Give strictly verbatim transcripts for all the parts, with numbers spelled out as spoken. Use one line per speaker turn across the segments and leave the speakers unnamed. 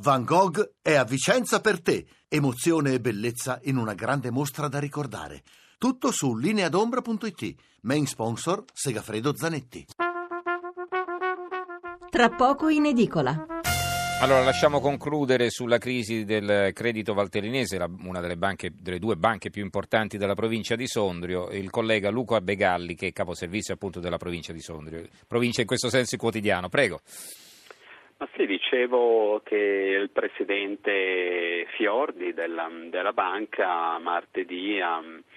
Van Gogh è a Vicenza per te. Emozione e bellezza in una grande mostra da ricordare. Tutto su lineadombra punto it. Main sponsor Segafredo Zanetti.
Tra poco in edicola.
Allora, lasciamo concludere sulla crisi del credito valtellinese, la, una delle banche, delle due banche più importanti della provincia di Sondrio, il collega Luca Begalli, che è caposervizio appunto della provincia di Sondrio. Provincia in questo senso il quotidiano, prego.
Ma sì, dicevo che il presidente Fiordi della, della banca martedì ha,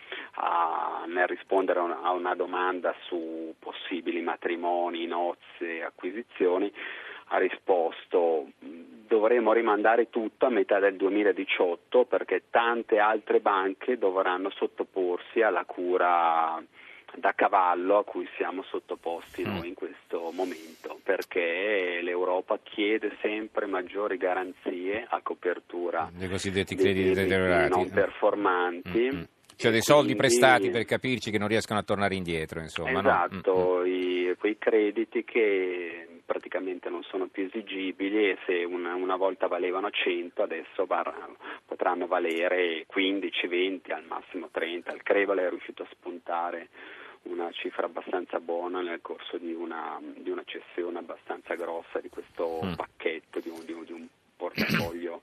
ha, nel rispondere a una, a una domanda su possibili matrimoni, nozze, acquisizioni, ha risposto: dovremo rimandare tutto a metà del duemiladiciotto perché tante altre banche dovranno sottoporsi alla cura da cavallo a cui siamo sottoposti noi in questo momento, perché l'Europa chiede sempre maggiori garanzie a copertura
dei cosiddetti crediti deteriorati
non performanti.
Mm-hmm. Cioè dei soldi quindi prestati, per capirci, che non riescono a tornare indietro, insomma.
Esatto,
no?
i, quei crediti che praticamente non sono più esigibili e se una, una volta valevano cento adesso varranno, potranno valere quindici, venti, al massimo trenta. Il Crevale è riuscito a spuntare una cifra abbastanza buona nel corso di una, di una cessione abbastanza grossa di questo mm. pacchetto, di un, di un, di un portafoglio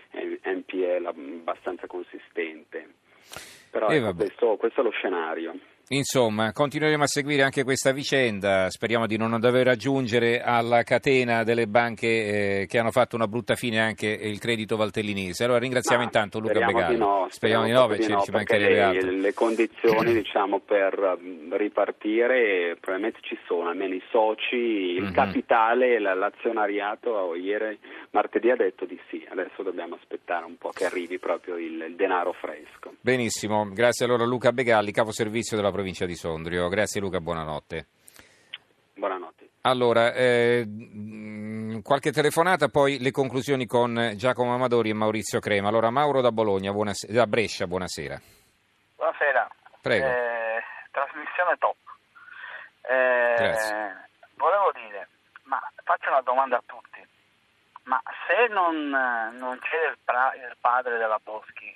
N P L abbastanza consistente. Però ecco, questo, questo è lo scenario.
Insomma, continueremo a seguire anche questa vicenda, speriamo di non dover aggiungere alla catena delle banche eh, che hanno fatto una brutta fine anche il credito valtellinese. Allora ringraziamo
Ma
intanto Luca
speriamo
Begalli.
Di no,
speriamo, speriamo di no, perché
no,
ci mancherebbe
le,
altro.
Le condizioni diciamo per ripartire probabilmente ci sono, almeno i soci, il mm-hmm. capitale, l'azionariato ieri, martedì ha detto di sì, adesso dobbiamo aspettare un po' che arrivi proprio il, il denaro fresco.
Benissimo, grazie allora Luca Begalli, caposervizio della provincia di Sondrio. Grazie Luca, buonanotte.
Buonanotte.
Allora, eh, qualche telefonata, poi le conclusioni con Giacomo Amadori e Maurizio Crema. Allora, Mauro da Bologna, buonasera, da Brescia, buonasera.
Buonasera.
Prego.
Eh, trasmissione top. Eh,
Grazie.
Volevo dire, ma faccio una domanda a tutti. Ma se non, non c'era il, pra, il padre della Boschi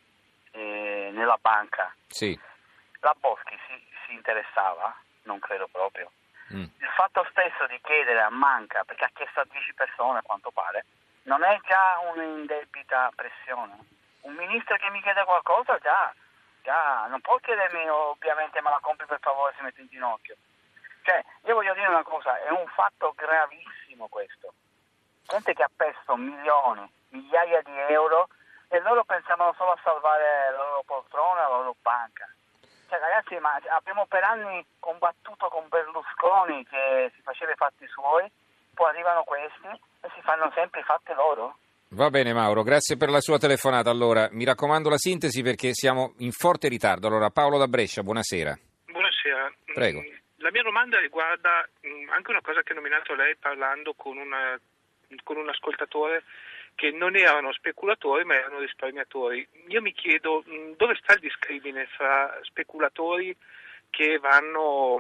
eh, nella banca,
sì.
la Boschi si, si interessava? Non credo proprio.
Mm.
Il fatto stesso di chiedere a Manca, perché ha chiesto a dieci persone a quanto pare, non è già un'indebita pressione? Un ministro che mi chiede qualcosa già, già non può chiedermi ovviamente ma la compri per favore, si mette in ginocchio. Cioè, io voglio dire una cosa, è un fatto gravissimo questo. Gente che ha perso milioni, migliaia di euro e loro pensavano solo a salvare la loro poltrona, la loro banca. Cioè ragazzi, ma abbiamo per anni combattuto con Berlusconi che si faceva i fatti suoi, poi arrivano questi e si fanno sempre i fatti loro.
Va bene Mauro, grazie per la sua telefonata. Allora, mi raccomando la sintesi perché siamo in forte ritardo. Allora, Paolo da Brescia, buonasera.
Buonasera.
Prego.
La mia domanda riguarda anche una cosa che ha nominato lei parlando con, una, con un ascoltatore, che non erano speculatori ma erano risparmiatori. Io mi chiedo dove sta il discrimine fra speculatori che vanno,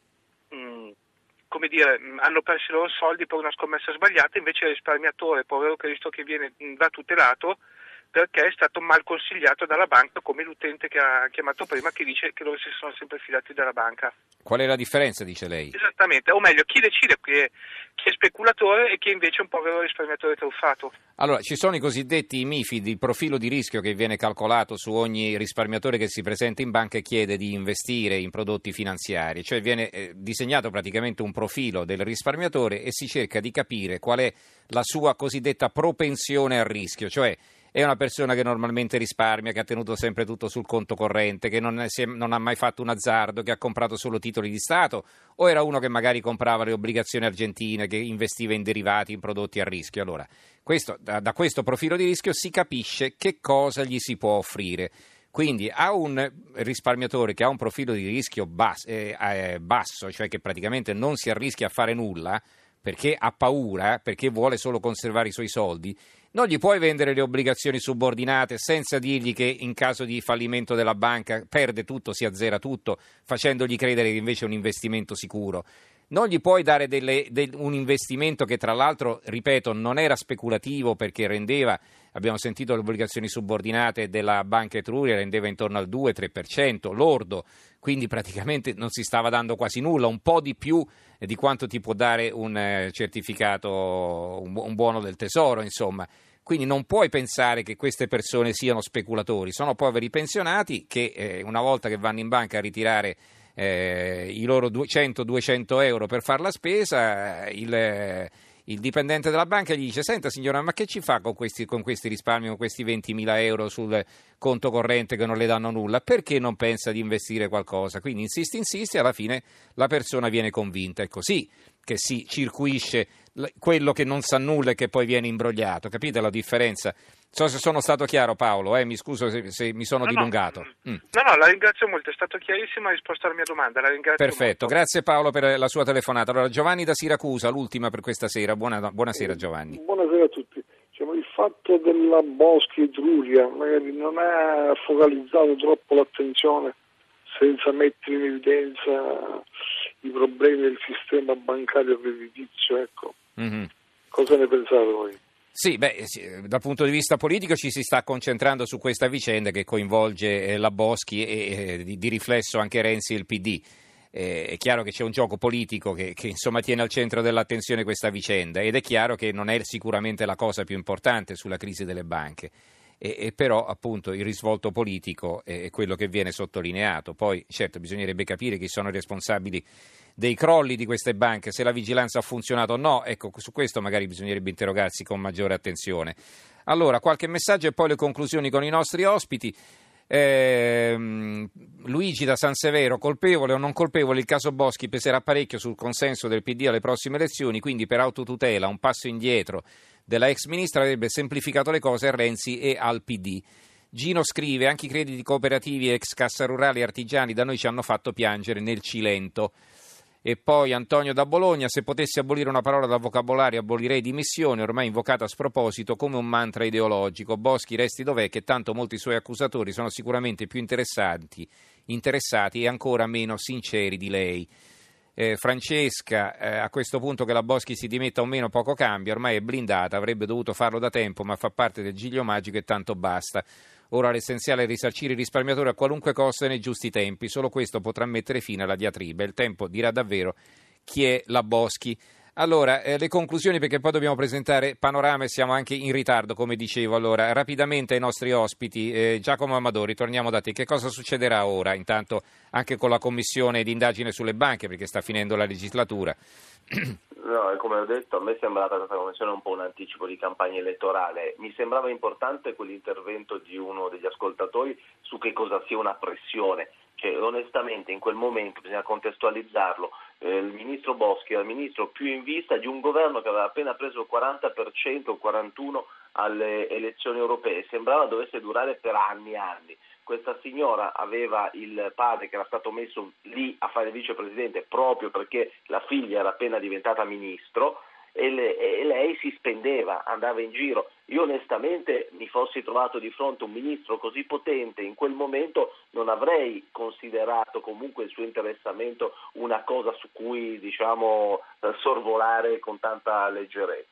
mh, come dire, hanno perso i loro soldi per una scommessa sbagliata, invece il risparmiatore, povero Cristo, che viene va tutelato perché è stato mal consigliato dalla banca, come l'utente che ha chiamato prima, che dice che loro si sono sempre fidati dalla banca.
Qual è la differenza, dice lei?
Esattamente, o meglio, chi decide chi è, chi è speculatore e chi è invece un povero risparmiatore truffato?
Allora, ci sono i cosiddetti MiFID, il profilo di rischio che viene calcolato su ogni risparmiatore che si presenta in banca e chiede di investire in prodotti finanziari, cioè viene eh, disegnato praticamente un profilo del risparmiatore e si cerca di capire qual è la sua cosiddetta propensione al rischio, cioè è una persona che normalmente risparmia, che ha tenuto sempre tutto sul conto corrente, che non, è, non ha mai fatto un azzardo, che ha comprato solo titoli di Stato, o era uno che magari comprava le obbligazioni argentine, che investiva in derivati, in prodotti a rischio. Allora, questo, da, da questo profilo di rischio si capisce che cosa gli si può offrire. Quindi a un risparmiatore che ha un profilo di rischio basso, eh, eh, basso, cioè che praticamente non si arrischia a fare nulla, perché ha paura, perché vuole solo conservare i suoi soldi, non gli puoi vendere le obbligazioni subordinate senza dirgli che in caso di fallimento della banca perde tutto, si azzera tutto, facendogli credere che invece è un investimento sicuro. non gli puoi dare delle, del, un investimento che tra l'altro, ripeto, non era speculativo perché rendeva, abbiamo sentito le obbligazioni subordinate della Banca Etruria, rendeva intorno al due tre per cento lordo, quindi praticamente non si stava dando quasi nulla, un po' di più di quanto ti può dare un eh, certificato, un, un buono del tesoro, insomma. Quindi non puoi pensare che queste persone siano speculatori, sono poveri pensionati che eh, una volta che vanno in banca a ritirare eh, i loro cento duecento euro per fare la spesa, il, eh, il dipendente della banca gli dice: senta signora, ma che ci fa con questi, con questi risparmi, con questi ventimila euro sul conto corrente che non le danno nulla? Perché non pensa di investire qualcosa? Quindi insisti, insisti, alla fine la persona viene convinta. È così che si circuisce quello che non sa nulla e che poi viene imbrogliato. Capite la differenza? So se sono stato chiaro, Paolo, eh? Mi scuso se, se mi sono
no,
dilungato.
No.
Mm.
no, no, la ringrazio molto, è stato chiarissimo, ha risposto alla mia domanda, la ringrazio
Perfetto,
molto.
Grazie Paolo per la sua telefonata. Allora, Giovanni da Siracusa, l'ultima per questa sera. Buona, buonasera Giovanni.
Buonasera a tutti. Diciamo, il fatto della Boschi Etruria magari non ha focalizzato troppo l'attenzione senza mettere in evidenza i problemi del sistema bancario creditizio, ecco. Mm-hmm. Cosa ne pensate voi?
Sì, beh, sì, dal punto di vista politico ci si sta concentrando su questa vicenda che coinvolge eh, la Boschi e eh, di, di riflesso anche Renzi e il P D. Eh, è chiaro che c'è un gioco politico che, che insomma tiene al centro dell'attenzione questa vicenda ed è chiaro che non è sicuramente la cosa più importante sulla crisi delle banche. E, e però appunto il risvolto politico è quello che viene sottolineato. Poi certo bisognerebbe capire chi sono i responsabili dei crolli di queste banche, se la vigilanza ha funzionato o no. Ecco, su questo magari bisognerebbe interrogarsi con maggiore attenzione. Allora, qualche messaggio e poi le conclusioni con i nostri ospiti. Eh, Luigi da San Severo: colpevole o non colpevole, il caso Boschi peserà parecchio sul consenso del P D alle prossime elezioni, quindi per autotutela un passo indietro della ex ministra avrebbe semplificato le cose a Renzi e al P D. Gino scrive: anche i crediti cooperativi ex Cassa Rurale e artigiani da noi ci hanno fatto piangere nel Cilento. E poi Antonio da Bologna: se potessi abolire una parola dal vocabolario abolirei dimissioni, ormai invocata a sproposito come un mantra ideologico. Boschi resti dov'è, che tanto molti suoi accusatori sono sicuramente più interessanti, interessati e ancora meno sinceri di lei. Eh, Francesca, eh, a questo punto che la Boschi si dimetta o meno poco cambia, ormai è blindata, avrebbe dovuto farlo da tempo, ma fa parte del giglio magico e tanto basta. Ora l'essenziale è risarcire i risparmiatori a qualunque costo e nei giusti tempi, solo questo potrà mettere fine alla diatriba. Il tempo dirà davvero chi è la Boschi. Allora, eh, le conclusioni, perché poi dobbiamo presentare panorama e siamo anche in ritardo, come dicevo. Allora, rapidamente ai nostri ospiti. eh, Giacomo Amadori, torniamo da te. Che cosa succederà ora, intanto, anche con la commissione di indagine sulle banche, perché sta finendo la legislatura?
No, come ho detto, a me è sembrata questa commissione un po' un anticipo di campagna elettorale. Mi sembrava importante quell'intervento di uno degli ascoltatori su che cosa sia una pressione. Cioè, onestamente in quel momento bisogna contestualizzarlo. Eh, il ministro Boschi era il ministro più in vista di un governo che aveva appena preso il quaranta per cento o quarantuno per cento alle elezioni europee. Sembrava dovesse durare per anni e anni. Questa signora aveva il padre che era stato messo lì a fare vicepresidente proprio perché la figlia era appena diventata ministro e, le, e lei si spendeva, andava in giro. Io onestamente mi fossi trovato di fronte a un ministro così potente in quel momento non avrei considerato comunque il suo interessamento una cosa su cui diciamo sorvolare con tanta leggerezza.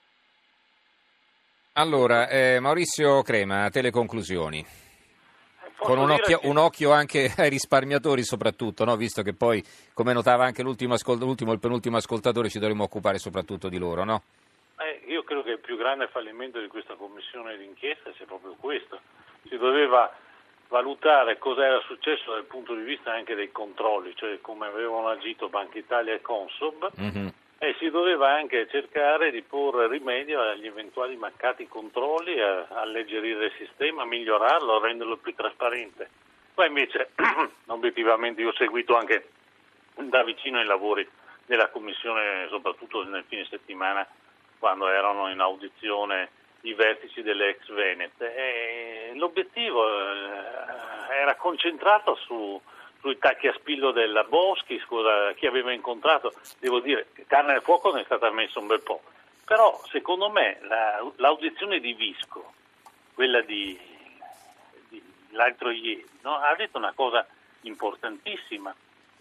Allora, eh, Maurizio Crema, a te le conclusioni. Con un occhio,
che...
un occhio anche ai risparmiatori soprattutto, no? Visto che poi, come notava anche l'ultimo, ascolt- l'ultimo e il penultimo ascoltatore, ci dovremmo occupare soprattutto di loro, no?
Eh, io credo che il più grande fallimento di questa commissione d'inchiesta sia proprio questo. Si doveva valutare cosa era successo dal punto di vista anche dei controlli, cioè come avevano agito Banca Italia e Consob, mm-hmm. e si doveva anche cercare di porre rimedio agli eventuali mancati controlli, a alleggerire il sistema, migliorarlo, renderlo più trasparente. Poi invece, obiettivamente, io ho seguito anche da vicino i lavori della Commissione, soprattutto nel fine settimana, quando erano in audizione i vertici delle ex Venete. E l'obiettivo era concentrato su... sui tacchi a spillo della Boschi, scusa, chi aveva incontrato, devo dire che carne al fuoco ne è stata messa un bel po', però secondo me la, l'audizione di Visco, quella di, di l'altro ieri, no, ha detto una cosa importantissima,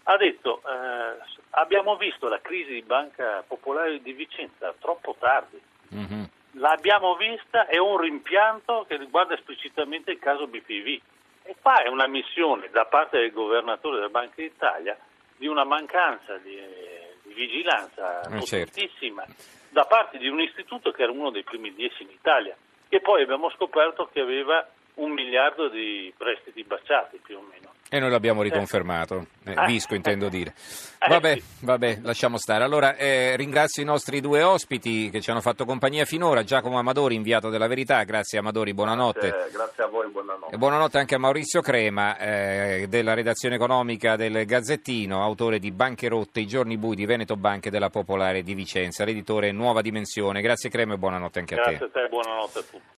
ha detto eh, abbiamo visto la crisi di Banca Popolare di Vicenza troppo tardi. Mm-hmm. L'abbiamo vista, è un rimpianto che riguarda esplicitamente il caso B P V. E qua è una missione da parte del governatore della Banca d'Italia di una mancanza di, di vigilanza
eh,
potentissima certo. da parte di un istituto che era uno dei primi dieci in Italia, e poi abbiamo scoperto che aveva un miliardo di prestiti baciati più o meno.
E noi l'abbiamo riconfermato, eh, Visco intendo dire. Vabbè, vabbè, lasciamo stare. Allora eh, ringrazio i nostri due ospiti che ci hanno fatto compagnia finora, Giacomo Amadori, inviato della Verità, grazie Amadori, buonanotte.
Grazie, grazie a voi, buonanotte.
E buonanotte anche a Maurizio Crema, eh, della redazione economica del Gazzettino, autore di Banche rotte, i giorni bui di Veneto Banca e della Popolare di Vicenza, l'editore Nuova Dimensione. Grazie Crema e buonanotte anche
grazie
a te.
Grazie a te, buonanotte a tutti.